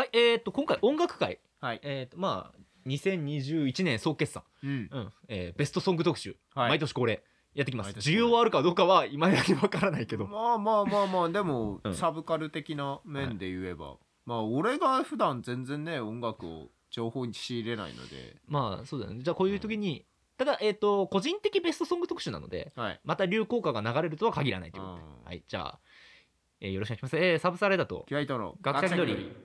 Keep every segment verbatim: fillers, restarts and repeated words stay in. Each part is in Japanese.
、えー、っと今回音楽会、 はい、 えー、っとまあにせんにじゅういちねん総決算、 うんうんえー、ベストソング特集、はい、毎年恒例やってきます。需要あるかどうかは今だけわからないけど、 まあまあまあまあでも、うん、サブカル的な面で言えば、はい、まあ俺が普段全然ね音楽を情報に仕入れないので、 まあそうだね。じゃあこういう時に、うん、ただえっ、ー、と個人的ベストソング特集なので、はい、また流行歌が流れるとは限らないということで、はい、じゃあ、えー、よろしくお願いします。えー、サブサレだとキュアイトの学者気取り。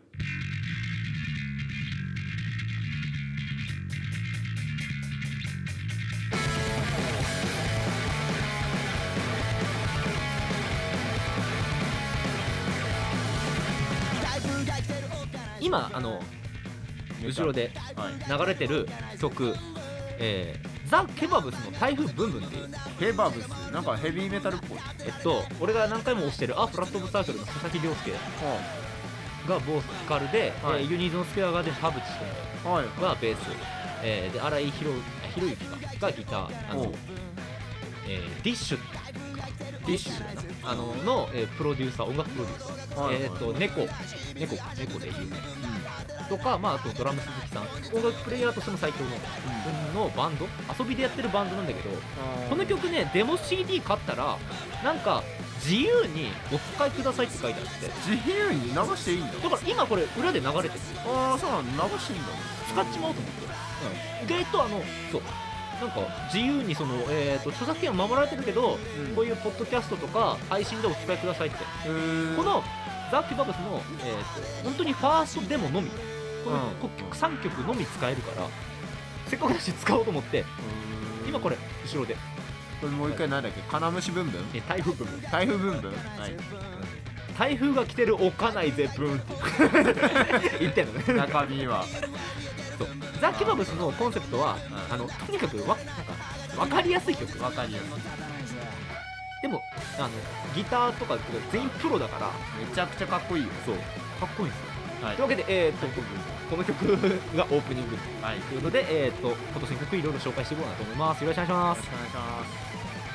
今あの後ろで流れてる曲、はいえー、ザ・ケバブスの台風ブンブンっていう。 ケバブスなんかヘビーメタルっぽい。 えっと俺が何回も推してるアフラット・オブ・サークルの佐々木亮介がボーカルで、はいえー、ユニゾン・スクエアガーデン田淵がベース、えー、で新井宏之がギターあの、えー、ディッシュディッシュあのの、えー、プロデューサー音楽プロデューサー、はいはい、えっ、ー、と猫猫猫で有名、うん、とかまああとドラム鈴木さん音楽プレイヤーとしても最強の、うん、のバンド遊びでやってるバンドなんだけど、この曲ねデモ シーディー 買ったらなんか自由にお使いくださいって書いてあって自由に流していいんだ。 だから今これ裏で流れてる。 ああそうなの流していいんだ。 使っちまおうと思って、うん、意外とあのそうなんか自由にその、えー、と著作権は守られてるけど、うん、こういうポッドキャストとか配信でお使いくださいって。このザ・ケバブスの、えー、と本当にファーストデモのみこの曲さんきょくのみ使えるから、せっかくだし使おうと思って今これ後ろでこれもう一回何だっけ、金虫ブンブンえ台風ブンブン台風ブンブン、はい、 台風が来てるおかないぜブンって言ってんのね中身はそうザ・ケバブスのコンセプトはあのとにかくわなんか分かりやすい曲。 分かりやすい。 でもあのギターとか全員プロだからめちゃくちゃかっこいいよ。 そうかっこいいんですよ、はい、というわけで、えー、とこの曲がオープニング、はい、ということで、えー、と今年の曲いろいろ紹介していこうかなと思います。よろしくお願いします。 よろしくお願いします。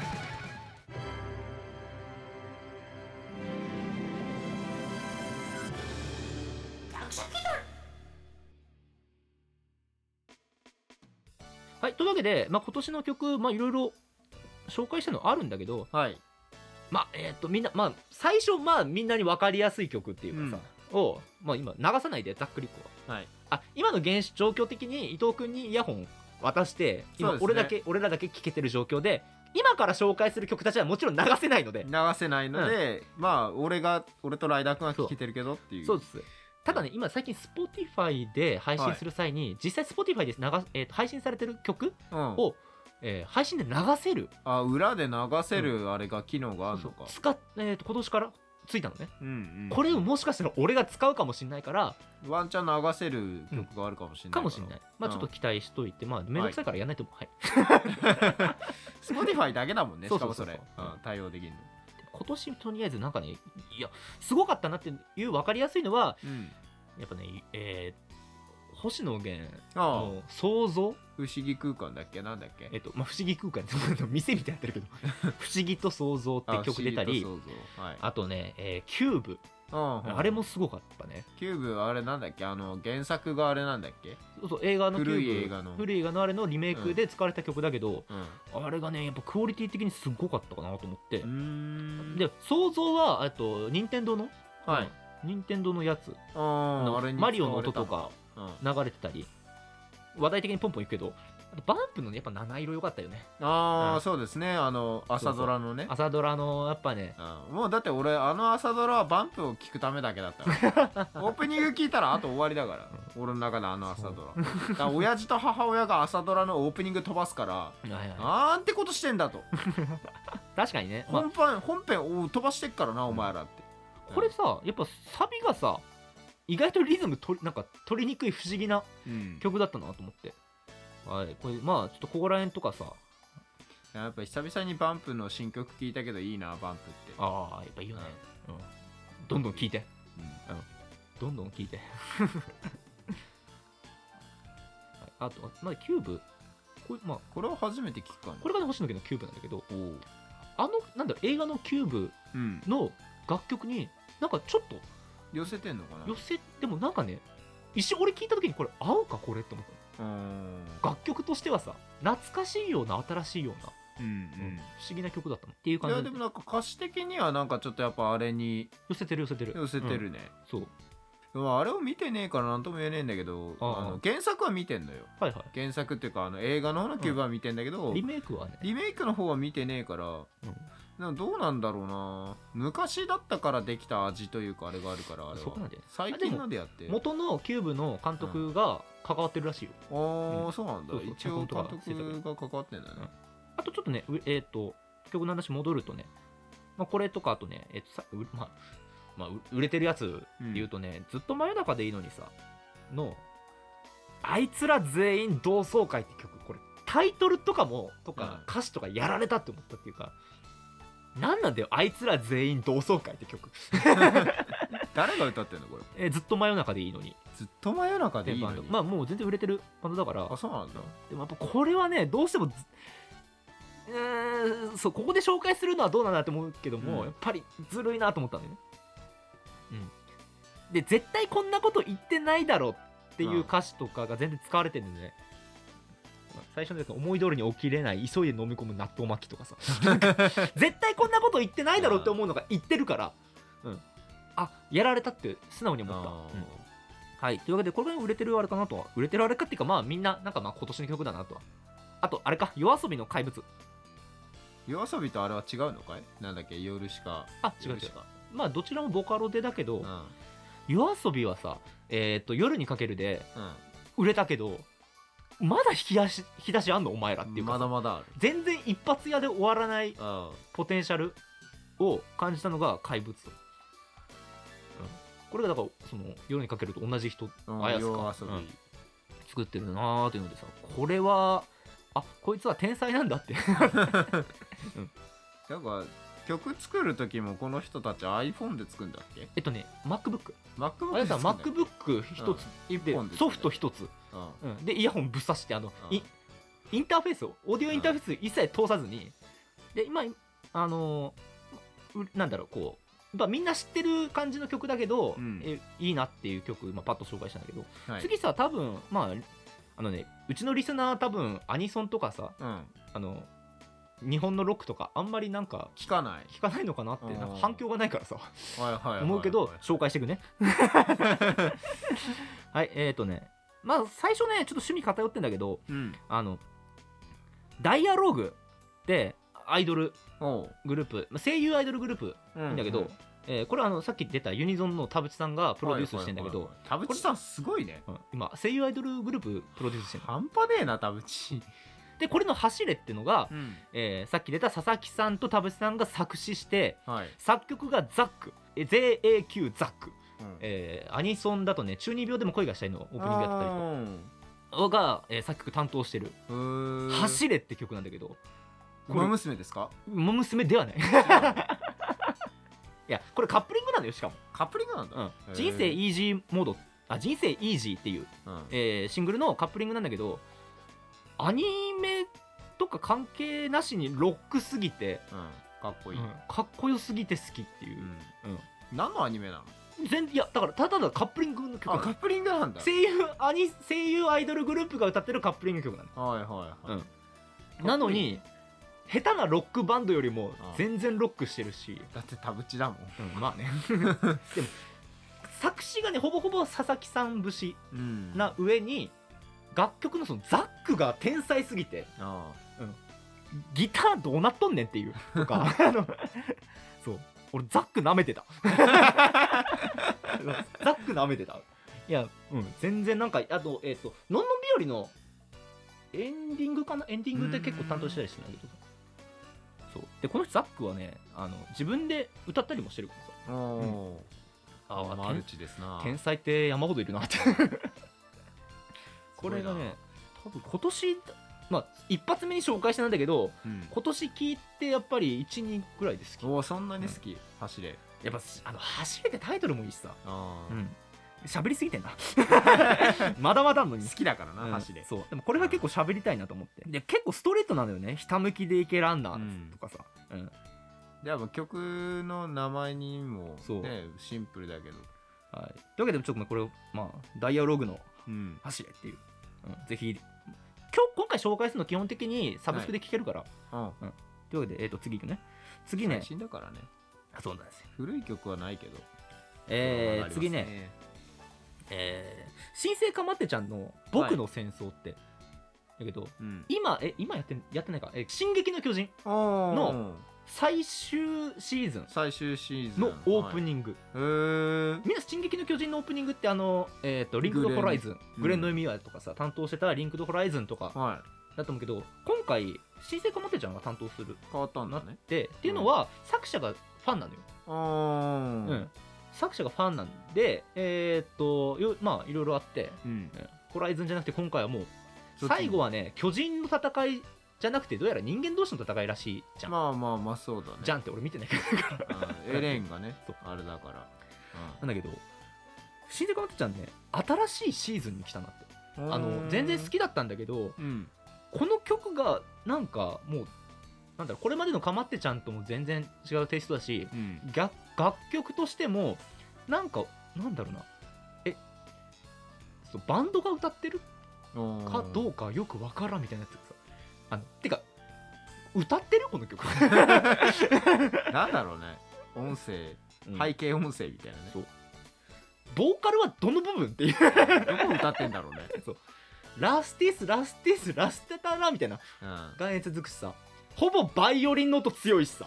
はい、というわけで、まあ、今年の曲、まあ、いろいろ紹介したのあるんだけど、はい、まあ、えっと、みんな、まあ、最初、まあ、みんなに分かりやすい曲っていうかさ、うん、を、まあ、今、流さないで、ざっくりこう。はい、あ、今の現状況的に、伊藤君にイヤホン渡して、今、俺だけ、ね、俺らだけ聴けてる状況で、今から紹介する曲たちはもちろん流せないので。 流せないので、うん、まあ、俺が、俺とライダー君は聴けてるけどっていう。 そうです。ただね、今最近 Spotify で配信する際に、はい、実際 Spotify で流、えー、配信されてる曲を、うんえー、配信で流せるあ裏で流せるあれが機能があるのか、うん、 使っ、えー、と今年からついたのね、うんうん、これをもしかしたら俺が使うかもしれないからワンチャン流せる曲があるかもしれない、うん、 かもしれない。まあちょっと期待しといて、まあめんどくさいからやんないと思う。はい、 はい、Spotify だけだもんね。しかもそれ対応できるの。 今年とりあえずなんかね、いやすごかったなっていう分かりやすいのは、うん、やっぱね、えー、星野源の想像不思議空間だっけなんだっけ、 えっとまあ、不思議空間って店みたいになってるけど不思議と想像って曲出たり あ,、はい、あとね、えー、キューブあ, あれもすごかったね。 キューブあれなんだっけ、あの原作があれなんだっけ。 そうそう映画のキューブ古い映画の古い映画のあれのリメイクで使われた曲だけど、うん、あれがねやっぱクオリティ的にすごかったかなと思って。うーんで想像はあと任天堂のはい、任天堂のやつああれマリオの音とか流れてたり、うん、話題的にポンポンいくけどあとバンプの、ね、やっぱ七色良かったよね。 ああ、うん、そうですね。あの朝ドラのね、 そうそう朝ドラのやっぱね、 うん、もうだって俺あの朝ドラはバンプを聞くためだけだったからオープニング聞いたらあと終わりだから、うん、俺の中であの朝ドラだから親父と母親が朝ドラのオープニング飛ばすからはいはい、なんてことしてんだと確かにね、 本編、まあ、本編を飛ばしてっからな、うん、お前らって。 これさやっぱサビがさ意外とリズムとなんか取りにくい不思議な曲だったなと思って、うん、はい、これまあちょっとここら辺とかさやっぱ久々にバンプの新曲聞いたけどいいなバンプって。 ああやっぱいいよね、うんうん、どんどん聞いて、うんうん、どんどん聞いて、はい、あとまあキューブこれ、まあ、 これは初めて聞くかな。 これが、ね、星野源のキューブなんだけどあのなんだろう映画のキューブの楽曲になんかちょっと寄せてんのかな。 寄せでもなんかね一瞬俺聞いた時にこれ合うかこれって思ったの。楽曲としてはさ懐かしいような新しいような、うんうん、不思議な曲だったのっていう感じ。 いやでもなんか歌詞的にはなんかちょっとやっぱあれに寄せてる寄せてる寄せてるね、 うん、そうでもあれを見てねえからなんとも言えねえんだけど、ああの原作は見てんのよ、はいはい、原作っていうかあの映画の方のキューブは見てんだけど、 うん、リメイクはねリメイクの方は見てねえから、うん、なんかどうなんだろうな。昔だったからできた味というかあれがあるからあれはそこなんで最近のでやって元のキューブの監督が関わってるらしいよ、 うん、ああ、うん、そうなんだ。そうそう一応監督が関わってんだね、うん、 あとちょっとねえっ、ー、と曲の話戻るとね、まあ、これとかあとねえっ、ー、とさまあまあ、売れてるやつで言うとね、うん、ずっと真夜中でいいのにさのあいつら全員同窓会って曲、これタイトルとかもとか歌詞とかやられたって思ったっていうか、うん、なんなんだよあいつら全員同窓会って曲誰が歌ってんのこれ。 えずっと真夜中でいいのにずっと真夜中でいいのに、 まあもう全然売れてるバンドだから。 あ、そうなんだ。 でもやっぱこれはねどうしてもえー、そうここで紹介するのはどうなんだって思うけども、うん、やっぱりずるいなと思ったんだよね。うん、で絶対こんなこと言ってないだろっていう歌詞とかが全然使われてるんでね、うん、最初のやつ思い通りに起きれない急いで飲み込む納豆巻きとかさ絶対こんなこと言ってないだろって思うのが言ってるから、うん、あやられたって素直に思った、うん、はいというわけでこれが売れてるあれかなとは売れてるあれかっていうかまあみんななんかまあ今年の曲だなとは。あとあれか夜遊びの怪物。 夜遊びとあれは違うのかい。なんだっけ夜しか。 あ違う違うまあどちらもボカロでだけど、うん、夜遊びはさ、えー、っと夜にかけるで売れたけど、うん、まだ引き出し引き出しあんのお前らっていうか、 まだまだある。 全然一発屋で終わらないポテンシャルを感じたのが怪物、うん、これがだからその夜にかけると同じ人、うん、あやすか、うん、作ってるなーっていうのでさ、これはあこいつは天才なんだって、 うん、なんか曲作る時もこの人たち iPhone で作るんだっけ。 えっとね MacBook MacBook あれさ MacBook 一つ、うん、でソフト一つ、うんうん、でイヤホンぶっ刺してあの、うん、イ, インターフェースをオーディオインターフェース一切通さずに、で今あのー、なんだろうこうやっぱみんな知ってる感じの曲だけど、うん、えいいなっていう曲、まあ、パッと紹介したんだけど、はい、次さ多分まああのねうちのリスナー多分アニソンとかさ、うん、あの日本のロックとかあんまりなんか聞かない聞かないのかなってなんか反響がないからさ思うけど紹介していくねはいえーとねまあ最初ねちょっと趣味偏ってんだけど、うん、あのダイアローグってアイドルグループ声優アイドルグループなんだけど、うんうんえー、これはあのさっき出たユニゾンの田淵さんがプロデュースしてんだけど、 田淵さんすごいね、 うん、今声優アイドルグループプロデュースしてんの半端ねえな田淵でこれの走れっていうのが、うんえー、さっき出た佐々木さんと田淵さんが作詞して、はい、作曲がザック ゼーエーキュー ザック、うんえー、アニソンだとね中二病でも恋がしたいのオープニングやってたりとが、えー、作曲担当してる走れって曲なんだけど馬娘ですか。 馬娘ではないいやこれカップリングなんだよ。しかもカップリングなんだ、うん、 人生イージーモードあ人生イージーっていう、うんえー、シングルのカップリングなんだけどアニメとか関係なしにロックすぎて、うん、 かっこいい、うん、 かっこよすぎて好きっていう、 うんうん、何のアニメなの。 全然いやだからただただカップリングの曲。 あカップリングなんだ。 声優アニ声優アイドルグループが歌ってるカップリング曲なの。はいはいはい、うん、なのに下手なロックバンドよりも全然ロックしてるし、 だって田淵だもん、 うん、まあねでも作詞がねほぼほぼ佐々木さん節な上に、楽曲のそのザックが天才すぎて、あ、うん、ギターどうなっとんねんっていうとかあのそう俺ザック舐めてたザック舐めてたいや、うん、全然なんかあとえっ、ー、とのんのん日和のエンディングかなエンディングで結構担当したりしてんだけど、そうでこの人ザックはねあの自分で歌ったりもしてるからさ、うん、 ああマルチですな。 天才って山ほどいるなってこれがね多分今年まあ一発目に紹介したんだけど、うん、今年聞いてやっぱり いち,に ぐらいで好き。 おそんなに好き、うん、走れやっぱあの走れってタイトルもいいしさあ、うん、喋りすぎてんなまだまだのに好きだからな、うん、走れ。 そうでもこれは結構喋りたいなと思ってで結構ストレートなんだよね。ひたむきでいけランナーとかさ、うんうん、 でやっぱ曲の名前にも、ね、シンプルだけどはい、というわけでちょっとこれを、まあ、ダイアログのうん走れっていう、うん、ぜひ今日今回紹介するの基本的にサブスクで聴けるから、 はいうん、 というわけで、えー、と次いくね次ね最新だからね。 あそうなんですよ古い曲はないけど、 えー、次ねえー、新生かまってちゃんの「僕の戦争」って、はい、だけど、うん、今え今やってやってないかえ「進撃の巨人」の最終シーズン最終シーズンのオープニング、 はい、へーみんな進撃の巨人のオープニングってあの、えー、とリンクドホライズングレンノイミワとかさ、うん、担当してたリンクドホライズンとか、はい、だと思うけど今回新生かまってちゃんが担当する変わったんだねってっていうのは、うん、作者がファンなのよあー、 うん、作者がファンなんでえー、っとよまあいろいろあって、うん、ホライズンじゃなくて今回はもう最後はね巨人の戦いじゃなくてどうやら人間同士の戦いらしいじゃん。 まあまあまあそうだね。 じゃんって俺見てないからエレンがねあれだから、 うん、なんだけど新生かまってちゃんね新しいシーズンに来たなってあの全然好きだったんだけど、うん、この曲がなんかもうなんだろうこれまでのかまってちゃんとも全然違うテイストだし、うん、楽, 楽曲としてもなんかなんだろうなえそうバンドが歌ってるかどうかよくわからんみたいなやつさあのてか歌ってるこの曲なんだろうね音声、うん、背景音声みたいなねそうボーカルはどの部分っていうどこ歌ってんだろうねそうラスティスラスティスラステタラみたいなが演続くしさほぼバイオリンの音強いしさ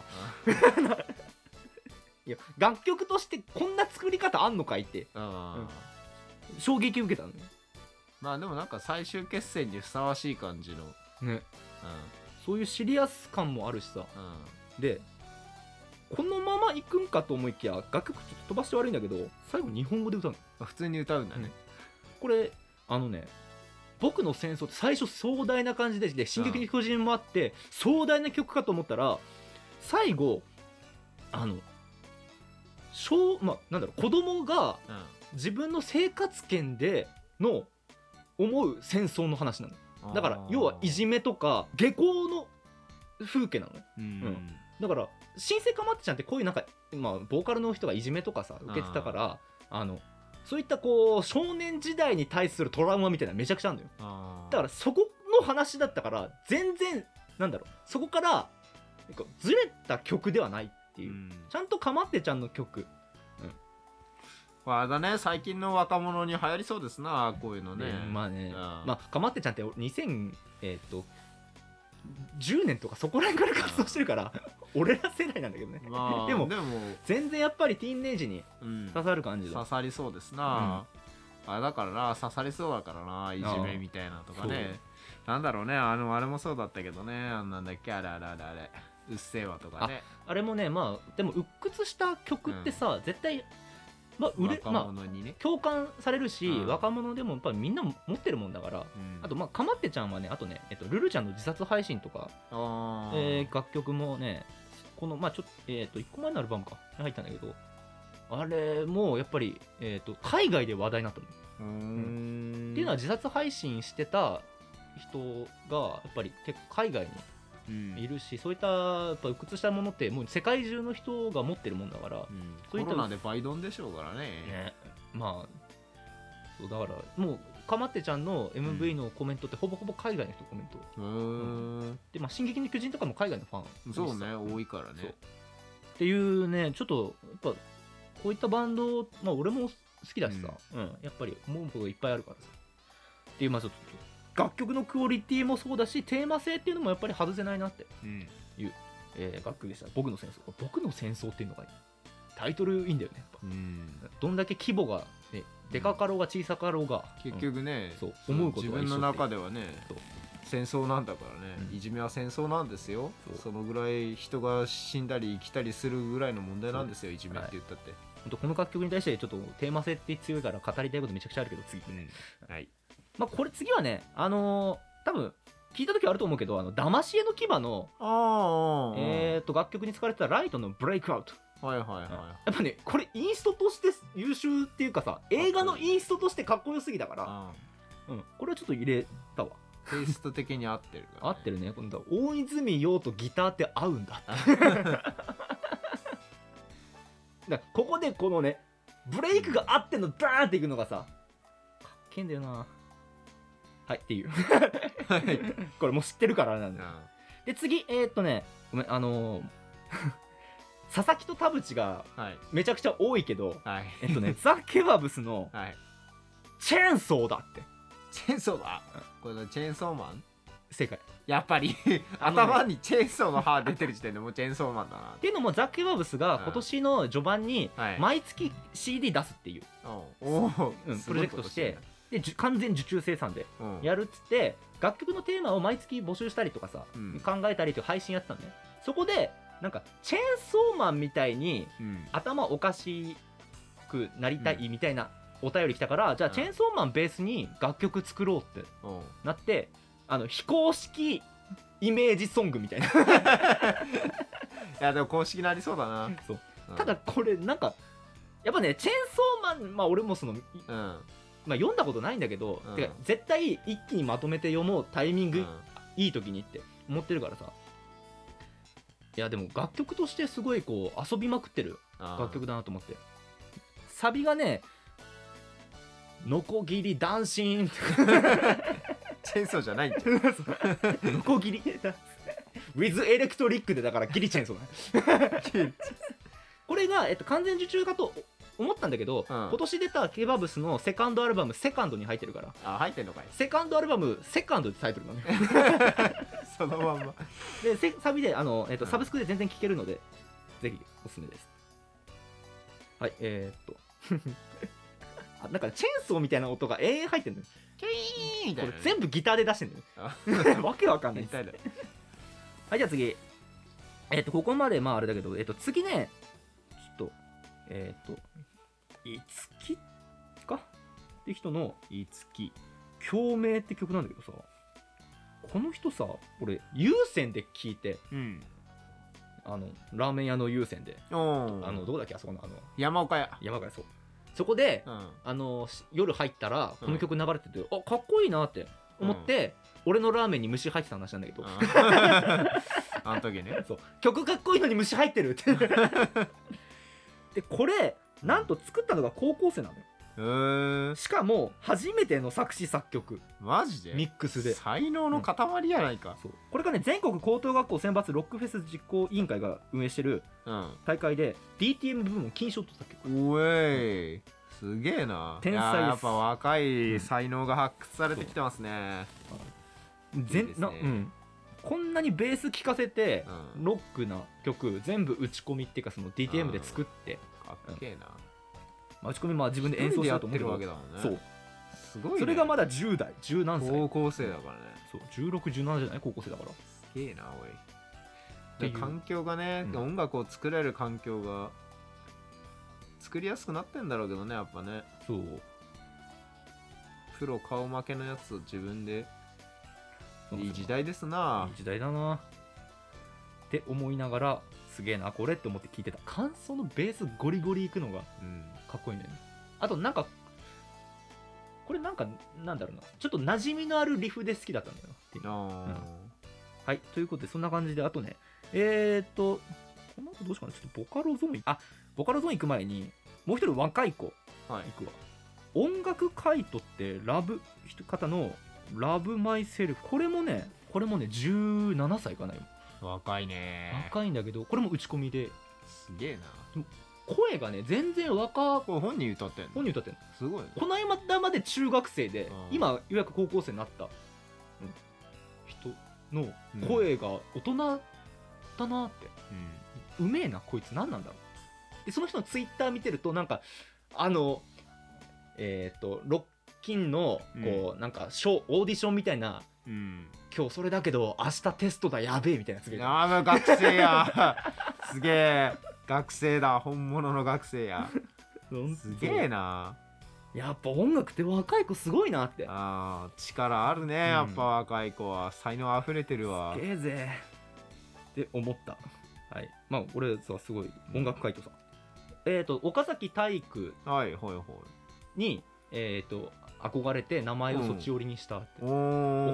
いや楽曲としてこんな作り方あんのかいって、うん、衝撃受けたのね。 まあでもなんか最終決戦にふさわしい感じのね、うん、 そういうシリアス感もあるしさ、うん、でこのまま行くんかと思いきや楽曲ちょっと飛ばして悪いんだけど最後日本語で歌うの。 普通に歌うんだね、うん、 これあのね僕の戦争って最初壮大な感じでで進撃の巨人もあって、うん、壮大な曲かと思ったら最後あの小、まあ、なんだろう子供が自分の生活圏での思う戦争の話なの。だから要はいじめとか下校の風景なのね、うんうん、だから新生かまってちゃんってこういうなんか、まあ、ボーカルの人がいじめとかさ受けてたからあのそういったこう少年時代に対するトラウマみたいなのめちゃくちゃあるんだよ。だからそこの話だったから全然なんだろうそこからずれた曲ではないっていう、うん、ちゃんとかまってちゃんの曲、 うん、あれだね最近の若者に流行りそうですなこういうのね。 まあね、うん、まあかまってちゃんってにせんじゅうねんとかそこら辺から活動してるから俺ら世代なんだけどね、まあ、でもでも全然やっぱりティーンエイジに刺さる感じだ、 うん、刺さりそうですな、うん、あれだからな刺さりそうだからないじめみたいなとかねなんだろうねあのあれもそうだったけどねあんなんだっけあれあれあれあれうっせぇわとかねあ, あれもねまあでも鬱屈した曲ってさ、うん、絶対まあ、売れ若者にね、まあ、共感されるし、うん、若者でもやっぱりみんな持ってるもんだから、うん、あとまあかまってちゃんはねあとね、えっと、ルルちゃんの自殺配信とか、えー、楽曲もねこのまあちょっと、えー、といっこまえのアルバムかに入ったんだけどあれもやっぱり、えー、と海外で話題になったの。うーん、うん、っていうのは自殺配信してた人がやっぱり結構海外にいるし、うん、そういったやっぱ鬱屈したものってもう世界中の人が持ってるもんだから、うん、 そういったコロナで倍ドンでしょうからね。 ねまあそうだからもうかまってちゃんの エムブイ のコメントってほぼほぼ海外の人コメント、うん、でまあ進撃の巨人とかも海外のファンそうね多いからねっていうねちょっとやっぱこういったバンドまあ俺も好きだしさ、うんうん、やっぱり思うこといっぱいあるからさっていうまあちょっと楽曲のクオリティもそうだしテーマ性っていうのもやっぱり外せないなっていう、うんえー、楽曲でした。僕の戦争僕の戦争っていうのがタイトルいいんだよねやっぱ、うん、どんだけ規模が、ね、でかかろうが小さかろうが、 うん、結局ね、 うん、そう思うことが一緒自分の中ではね戦争なんだからね、うん、いじめは戦争なんですよ。 そ, そのぐらい人が死んだり生きたりするぐらいの問題なんですよいじめって言ったって、 はい、この楽曲に対してちょっとテーマ性って強いから語りたいことめちゃくちゃあるけど次、うんはいまあ、これ次はね、あのー、多分聞いた時はあると思うけど、あの騙し絵の牙のあ、えー、と楽曲に使われてたライトのブレイクアウト。はいはいはい。やっぱね、これインストとして優秀っていうかさ、映画のインストとしてかっこよすぎだから、うん、これはちょっと入れたわ。 テイスト的に合ってるから、ね、 合ってるね。今度は大泉洋とギターって合うんだって。だここでこのね、 ブレイクがあってのダーンっていくのがさかっけえんだよな。はいっていうこれもう知ってるからなんだよ。で次えー、っとねごめんあのー佐々木と田淵がめちゃくちゃ多いけど、はい、えっとねザ・ケバブスのチェーンソーだって。 チェーンソーだ、これチェーンソーマン正解。 やっぱり頭にチェーンソーの歯出てる時点でもうチェーンソーマンだなっていうのもザ・ケバブスが今年の序盤に毎月 シーディー 出すっていう、うん、プロジェクトしてで完全受注生産でやるっつって楽曲のテーマを毎月募集したりとかさ、うん、考えたりという配信やってたのね。そこでなんかチェーンソーマンみたいに頭おかしくなりたいみたいなお便り来たから、うん、じゃあチェーンソーマンベースに楽曲作ろうってなって、あの非公式イメージソングみたいないやでも公式になりそうだな。 そう、うん、ただこれなんかやっぱねチェーンソーマン、まあ俺もその、うん、まあ読んだことないんだけど、うん、てか絶対一気にまとめて読もうタイミング、うん、いい時にって思ってるからさ。いやでも楽曲としてすごいこう遊びまくってる楽曲だなと思って。サビがねノコギリダンシンチェーンソーじゃないんだノコギリウィズエレクトリックでだからギリチェーンソーだこれが、えっと、完全受注かと思ったんだけど、うん、今年出たケバブスのセカンドアルバムセカンドに入ってるから。 あ入ってんのかい。 セカンドアルバムセカンドってタイトルだねそのまんまでサビであの、えっと、サブスクで全然聴けるので、うん、ぜひおすすめです。はいえー、っとあなんかチェーンソーみたいな音が永遠入ってるのよ。 キーンみたいな、ね、 これ全部ギターで出してるのよわけわかんないですはいじゃあ次えー、っとここまでまああれだけど、えー、っと次ねちょっとえー、っといつきかって人のいつき共鳴って曲なんだけどさ、この人さ俺有線で聴いて、うん、あのラーメン屋の有線であのどこだっけあそこのあの山岡屋山岡屋そうそこで、うん、あの夜入ったらこの曲流れてて、うん、あかっこいいなって思って、うん、俺のラーメンに虫入ってた話なんだけど、うん、 あの時ねそう曲かっこいいのに虫入ってるってでこれなんと作ったのが高校生なのよ。へーしかも初めての作詞作曲マジでミックスで才能の塊やないか、うん、 そうこれがね全国高等学校選抜ロックフェス実行委員会が運営してる大会で ディーティーエム 部門金賞取った曲。 うえいすげえな。天才です。やっぱ若い才能が発掘されてきてますね、 うん、全な、うん、こんなにベース聴かせて、うん、ロックな曲全部打ち込みっていうかその ディーティーエム で作って、 うん、かっけえな、 まあ、打ち込みまあ自分で演奏しようと思ってるわけだもんね。そうすごいね。それがまだじゅう代じゅう何歳高校生だからね。 そうじゅうろく、じゅうななじゃない高校生だからすげえなおい。で環境がね、うん、音楽を作れる環境が作りやすくなってんだろうけどねやっぱね。そうプロ顔負けのやつを自分でいい時代ですな。 いい時代だなって思いながらすげえなこれって思って聞いてた。感想のベースゴリゴリいくのがかっこいいんだよね、うん、あとなんかこれなんかなんだろうなちょっと馴染みのあるリフで好きだったんだよっていう、うん、はいということでそんな感じであとねえーっとこの後どうしようかなちょっとボカロゾーンあボカロゾーン行く前にもう一人若い子行くわ、はい、音楽カイトってラブ方のラブマイセルフこれもねこれもねじゅうななさいかな今若いね若いんだけどこれも打ち込みですげえな。 でも声がね全然若これ本人歌ってんの本人歌ってんのすごい、ね、 この間まで中学生で今ようやく高校生になった、うん、人の声が大人だなって、うん、うめえなこいつ何なんだろう。でその人のツイッター見てるとなんかあのえっ、ー、とロッキンのこう、うん、なんかショーオーディションみたいな、うん、今日それだけど明日テストだやべえみたいなやつがああ学生やすげえ学生だ本物の学生やすげえな。 やっぱ音楽って若い子すごいなって。 あ力あるね、うん、やっぱ若い子は才能あふれてるわ。 すげえぜって思った。はいまあ俺さすごい音楽会とさ、うん、えっ、ー、と岡崎体育に、はいはいはい、えっ、ー、と憧れて名前をそっち寄りにしたって、うん、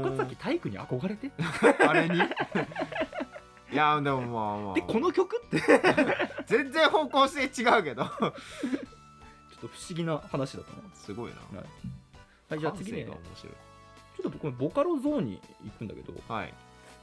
岡崎体育に憧れてあれにいやでもまあまあでこの曲って全然方向性違うけどちょっっと不思議な話だったな。 すごいな。 はい、はい、じゃあ次ね、 感性が面白い。 ちょっとこのボカロゾーンに行くんだけど、 はい。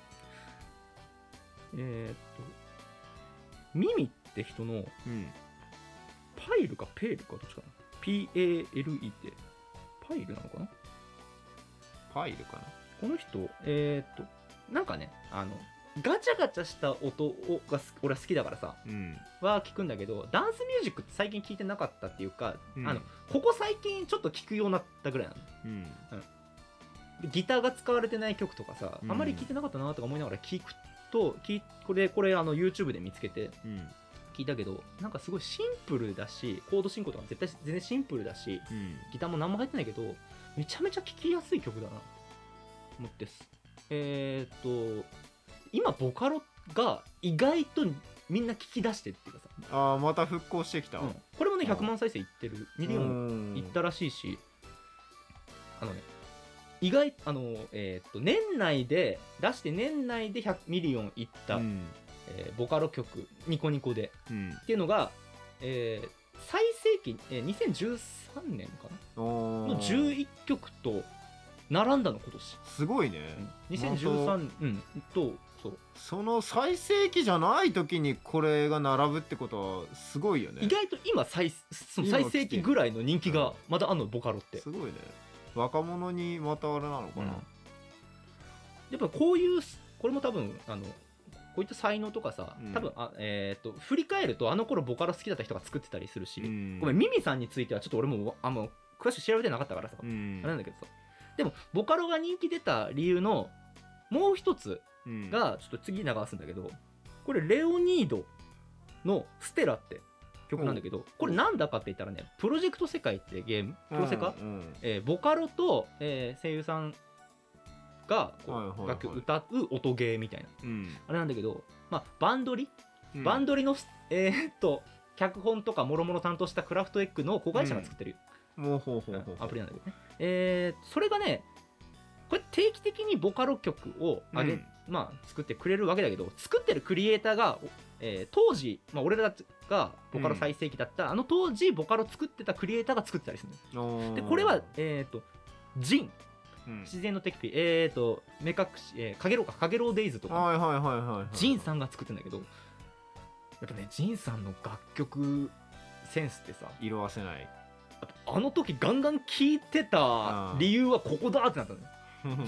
えー、っとミミって人の、うん、パイルかペールかどっちかな。 ピーエーエルイー ってパイルなのかな。 パイルかな。 この人えー、っとなんかね、あのガチャガチャした音をが俺は好きだからさ、うん、は聞くんだけど、ダンスミュージックって最近聞いてなかったっていうか、うん、あのここ最近ちょっと聞くようになったぐらいなの、うんうん、ギターが使われてない曲とかさ、あんまり聞いてなかったなとか思いながら聞くと、聞これこれあの YouTube で見つけて聞いたけど、なんかすごいシンプルだし、コード進行とか絶対全然シンプルだし、うん、ギターも何も入ってないけどめちゃめちゃ聴きやすい曲だなと思ってす。えー、っと今ボカロが意外とみんな聞き出してっていうかさ、ああまた復興してきた、うん、 これもねひゃくまん再生いってる、ミリオンいったらしいし、あのね意外あのえー、っと年内で出して年内でひゃくミリオンいった、うん、えー、ボカロ曲ニコニコで、うん、っていうのが、えー、最盛期、えー、にせんじゅうさんねんかなのじゅういっきょくと並んだの今年。 すごいね、 うん、にせんじゅうさん、うん、とそうその最盛期じゃない時にこれが並ぶってことはすごいよね。 意外と今 最, その最盛期ぐらいの人気がまだあんの、ボカロって。 すごいね。若者にまたあれなのかな、うん、 やっぱこういうこれも多分あのこういった才能とかさ、多分あ、えー、と振り返るとあの頃ボカロ好きだった人が作ってたりするし、うん、ごめんミミさんについてはちょっと俺もあんま詳しく調べてなかったからさ、うん、あれなんだけどさ、でもボカロが人気出た理由のもう一つがちょっと次流すんだけど、これレオニードのステラって曲なんだけど、これなんだかって言ったらね、プロジェクト世界ってゲーム、プロセカ、うんうん、えー、ボカロと、えー、声優さんがこう、はいはいはい、楽曲歌う音ゲーみたいな、うん、あれなんだけど、まあ、バンドリ、うん、バンドリの、えー、っと脚本とかもろもろ担当したクラフトエッグの子会社が作ってる、うん、アプリなんだけどね、えー、それがねこれ定期的にボカロ曲を上げ、うん、まあ、作ってくれるわけだけど、作ってるクリエイターが、えー、当時、まあ、俺らがボカロ最盛期だった、うん、あの当時ボカロ作ってたクリエイターが作ってたりするので、これは、えー、とジン、うん、自然のテキピ、えーと目隠し、えー、かげろうかかげろうデイズとか、はいはいはいはい、ジンさんが作ってるんだけど、やっぱねジンさんの楽曲センスってさ色あせない。 あの時ガンガン聴いてた理由はここだってなったのよ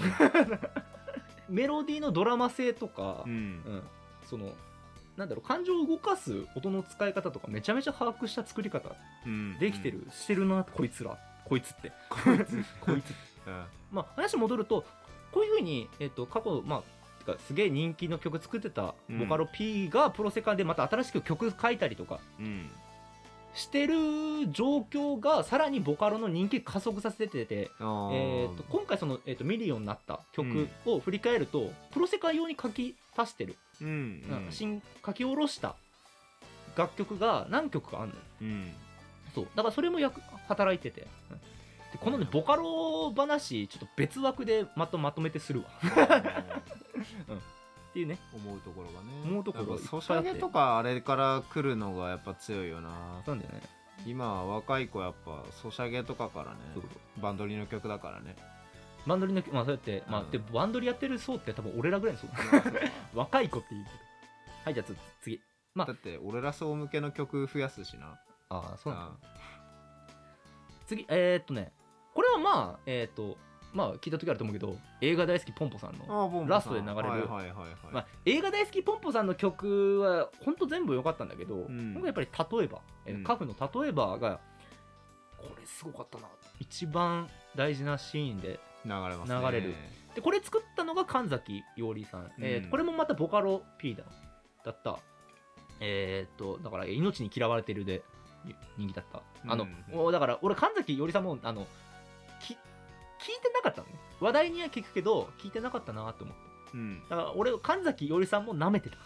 メロディーのドラマ性とか、うんうん、そのなんだろう、感情を動かす音の使い方とかめちゃめちゃ把握した作り方できてる、うん、してるな、こいつらこいつってこいつこいつ、うん、まあ話戻るとこういう風に、えー、と過去、まあ、てかすげえ人気の曲作ってたボカロ P がプロセカでまた新しく曲書いたりとか、うんしてる状況がさらにボカロの人気加速させてて、えー、と今回その、えー、とミリオンになった曲を振り返ると、うん、プロセカ用に書き足してる、うんうん、新書き下ろした楽曲が何曲かあるのよ、うん、そうだからそれも役働いてて、うん、でこのねボカロ話ちょっと別枠でまとまとめてするわ、うんっていうね、 思うところがね、 思うところがソシャゲとかあれから来るのがやっぱ強いよな。 そうなんだよね。 今若い子やっぱソシャゲとかからね、そうそうバンドリの曲だからね。 バンドリの曲、まあそうやって、うん、まあでバンドリやってる層って多分俺らぐらいの層若い子って言うけど。はい、じゃあ次。 まあだって俺ら層向けの曲増やすしな。 ああそうなんだ。次えー、っとね、これはまあえー、っと。まあ聞いた時あると思うけど、映画大好きポンポさんのラストで流れる映画大好きポンポさんの曲はほんと全部良かったんだけど、うん、僕やっぱり例えば、うん、カフの例えばがこれすごかったな、一番大事なシーンで流れますね、 流れる。でこれ作ったのが神崎伊織さん、うん、えー、これもまたボカロ P だだったえー、っとだから命に嫌われてるで人気だった、あの、うん、だから俺神崎伊織さんもあのき聞いてなかったのね。話題には聞くけど聞いてなかったなと思って、うん、だから俺神崎伊織さんも舐めてた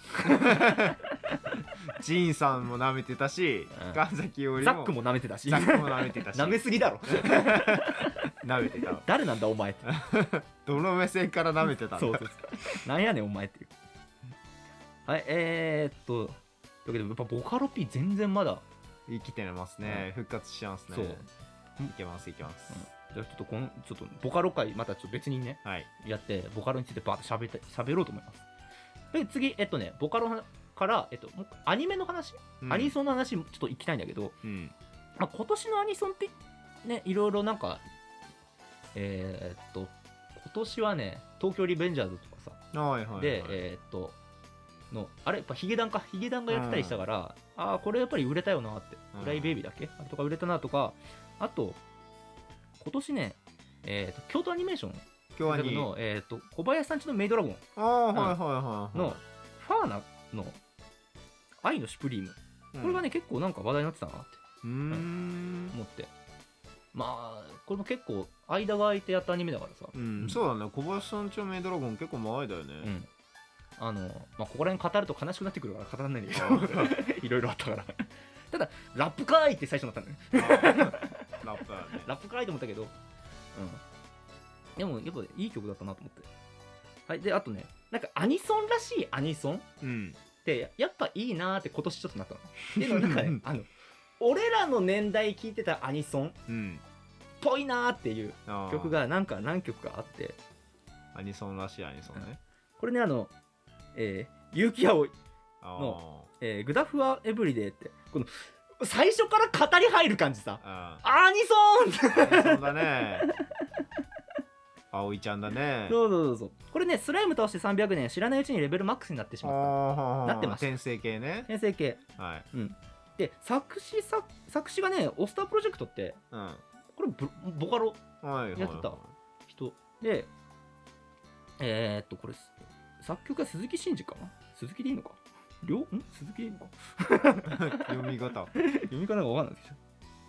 ジンさんも舐めてたし、うん、神崎伊織もザックも舐めてたしザックも舐めてたし舐めすぎだろ舐めてた誰なんだお前ってどの目線から舐めてたんだそうそうそうなんやねんお前っていうはいえー、っとというわけでやっぱボカロ P 全然まだ生きてますね、うん、復活しますね。そういけますいけます、 うん、じゃあちょっとこのちょっとボカロ界またちょっと別にね、はい、やってボカロについてバーッとしゃべって喋ろうと思います。で次えっとねボカロから、えっと、アニメの話、うん、アニソンの話ちょっと行きたいんだけど、うんまあ、今年のアニソンってねいろいろなんかえー、っと今年はね東京リベンジャーズとかさ、はいはいはい、でえー、っとのあれやっぱヒゲダンかヒゲダンがやってたりしたから、うん、ああこれやっぱり売れたよなって、うん、フライベイビーだっけあれとか売れたなとか、あと今年ね、えー、と京都アニメーション京アニの、えー、と小林さんちのメイドラゴンのファーナの愛のシュプリーム、うん、これがね結構なんか話題になってたなってうーん思って、まあこれも結構間が空いてやったアニメだからさ、 うんうん、そうだね小林さんちのメイドラゴン結構前だよね、うんあのまあ、ここら辺語ると悲しくなってくるから語らないんだけどいろいろあったからただラップかーいって最初になったのねラップ、ね、 ラップかーいと思ったけど、うん、でもやっぱいい曲だったなと思って、はい、であとねなんかアニソンらしいアニソン、うん、ってやっぱいいなーって今年ちょっとなったのでもなんかねあの俺らの年代聴いてたアニソンっぽいなーっていう曲がなんか何曲かあって、 アニソンらしいアニソンね、うん、 これねあのえー、結城葵の、えー、グダフワエブリデイってこの最初から語り入る感じさ、アニソンアニソンだね葵ちゃんだね。 そうそうそうそう。これねスライム倒してさんびゃくねん知らないうちにレベルマックスになってしまったなってました。 転生系ね。 転生系。はい。うん。で作詞作作詞がねオスタープロジェクトって、うん、これボカロやってた人、はいはいはい、でえー、っとこれ作曲が鈴木真二かな鈴木でいいのか両ん鈴木でいいのか読み方読み方が分かんないでしょ。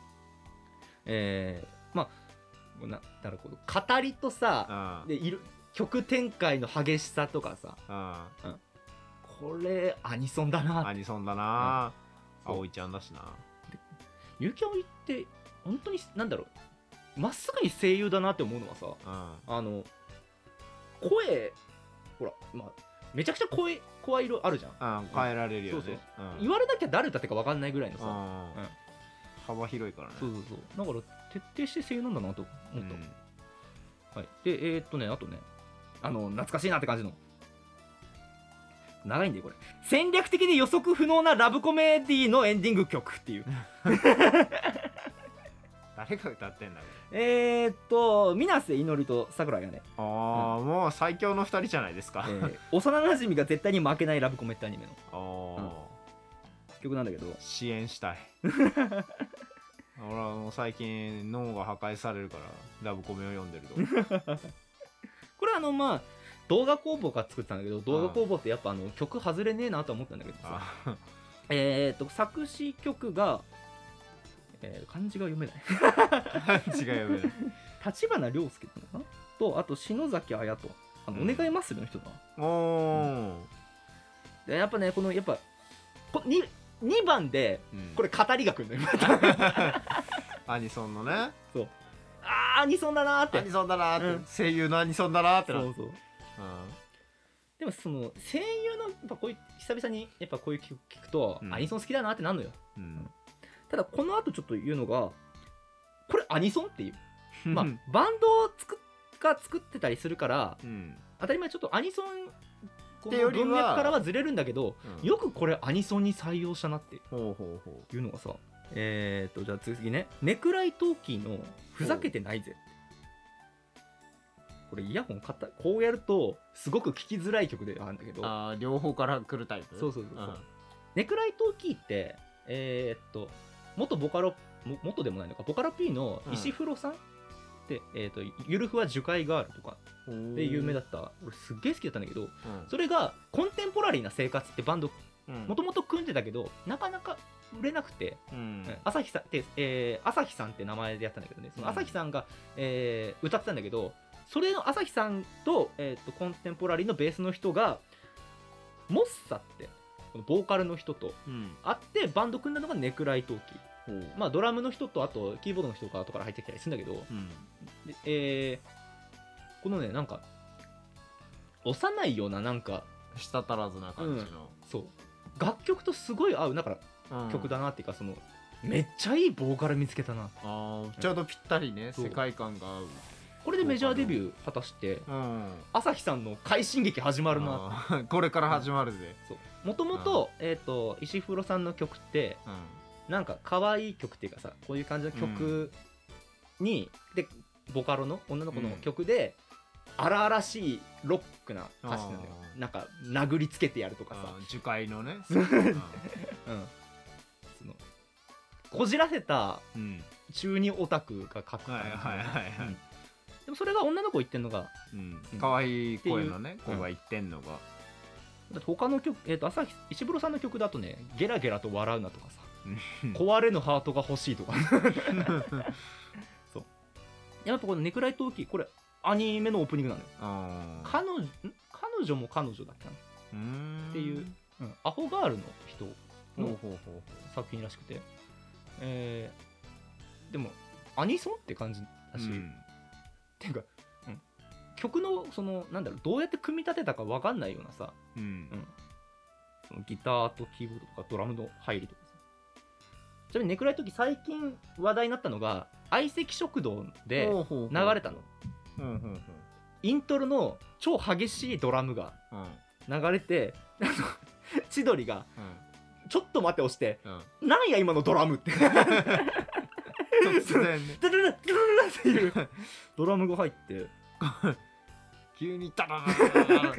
えー、まあなだからこの語りとさでいる曲展開の激しさとかさ、うん、これアニソンだなアニソンだな、うん、葵ちゃんだしな。 結城葵って本当になんだろうまっすぐに声優だなって思うのはさ、うん、あの声ほら、まあ、めちゃくちゃ声声色あるじゃん、 うん、変えられるよね、そうそう、 うん、言われなきゃ誰歌ってか分かんないぐらいのさ、うん、 幅広いからね。 そうそうそうだから徹底して声優なんだなと思った、うん、はい、でえー、っとねあとねあの懐かしいなって感じの長いんでこれ戦略的で予測不能なラブコメディのエンディング曲っていう誰が歌ってんだろう。 えーっと水瀬いのりと桜井がねああ、うん、もう最強のふたりじゃないですか、えー、幼なじみが絶対に負けないラブコメってアニメの、うん、曲なんだけど支援したい俺はもう最近脳が破壊されるからラブコメを読んでるとこれあのまあ動画工房が作ったんだけど動画工房ってやっぱあの曲外れねえなと思ったんだけどさえっと作詞曲が、えー、漢字が読めない漢字が読めない立花涼介ってのかなとあと篠崎綾とあの、うん、お願いマッスルの人だおー、うん、でやっぱねこのやっぱこ 2, にばんでこれ語りがくるのよ、うん、 アニソンのねそうあーアニソンだなーってアニソンだなーって、うん、声優のアニソンだなーってなそうそう、うん、 でもその声優のやっぱこういう久々にやっぱこういう曲聞くと、うん、アニソン好きだなってなるのよ、うん、ただこの後ちょっと言うのがこれアニソンっていうまあバンドを作が作ってたりするから、うん、当たり前ちょっとアニソンこの文脈からはずれるんだけど、うん、よくこれアニソンに採用したなっていうのがさえーとじゃあ次ねネクライトーキーのふざけてないぜこれイヤホン買ったこうやるとすごく聞きづらい曲であるんだけどあ両方から来るタイプそうそうそうそう、うん、ネクライトーキーってえー、っと元ボカロ元でもないのかボカロ P の石風呂さん、うん、で、えー、っとゆるふわ樹海ガールとかで有名だった俺すっげえ好きだったんだけど、うん、それがコンテンポラリーな生活ってバンドもともと組んでたけどなかなか売れなくて、うん、朝日さんって、えー、朝日さんって名前でやったんだけどねその朝日さんが、えー、歌ってたんだけどそれの朝日さん と,、えー、とコンテンポラリーのベースの人がモッサってこのボーカルの人と会ってバンド組んだのがネクライトーキー、うん、まあドラムの人とあとキーボードの人が後から入ってきたりするんだけど、うんでえー、このねなんか幼いようななんか舌足らずな感じの、うん、 そう楽曲とすごい合うだから曲だなっていうかそのめっちゃいいボーカル見つけたな。 あちょうどぴったりね、世界観が合う。 これでメジャーデビュー果たして、朝日さんの快進撃始まるな。 これから始まるぜ。 もともと石風呂さんの曲って、うん、なんか可愛い曲っていうかさ、こういう感じの曲に、うん、でボカロの女の子の曲で、うん、荒々しいロックな歌詞なのよ。なんか殴りつけてやるとかさ、 樹海のね、 うん、そのこじらせた中二オタクが書く感じ。でもそれが女の子言ってんのが、 うん、可愛い声のね子が言ってんのが、 だって他の曲、えー、と朝日石風呂さんの曲だとね、ゲラゲラと笑うなとかさ壊れぬハートが欲しいとかそう、やっぱこのネクライト大きい、これアニメのオープニングなのよ。彼女彼女も彼女だっけなっていう、うん、アホガールの人の作品らしくて、えー、でもアニソンって感じだし、うんていうか、うん、曲のそのなんだろう、どうやって組み立てたか分かんないようなさ、うんうん、そのギターとキーボードとかドラムの入りとかさ。ちなみにネクライト時最近話題になったのが相席食堂で流れたの。イントロの超激しいドラムが流れて、うん、千鳥が、うん、ちょっと待って押して、うん、なんや今のドラムって突然ね、ダダダダダっていうドラムが入って急にダダダダダ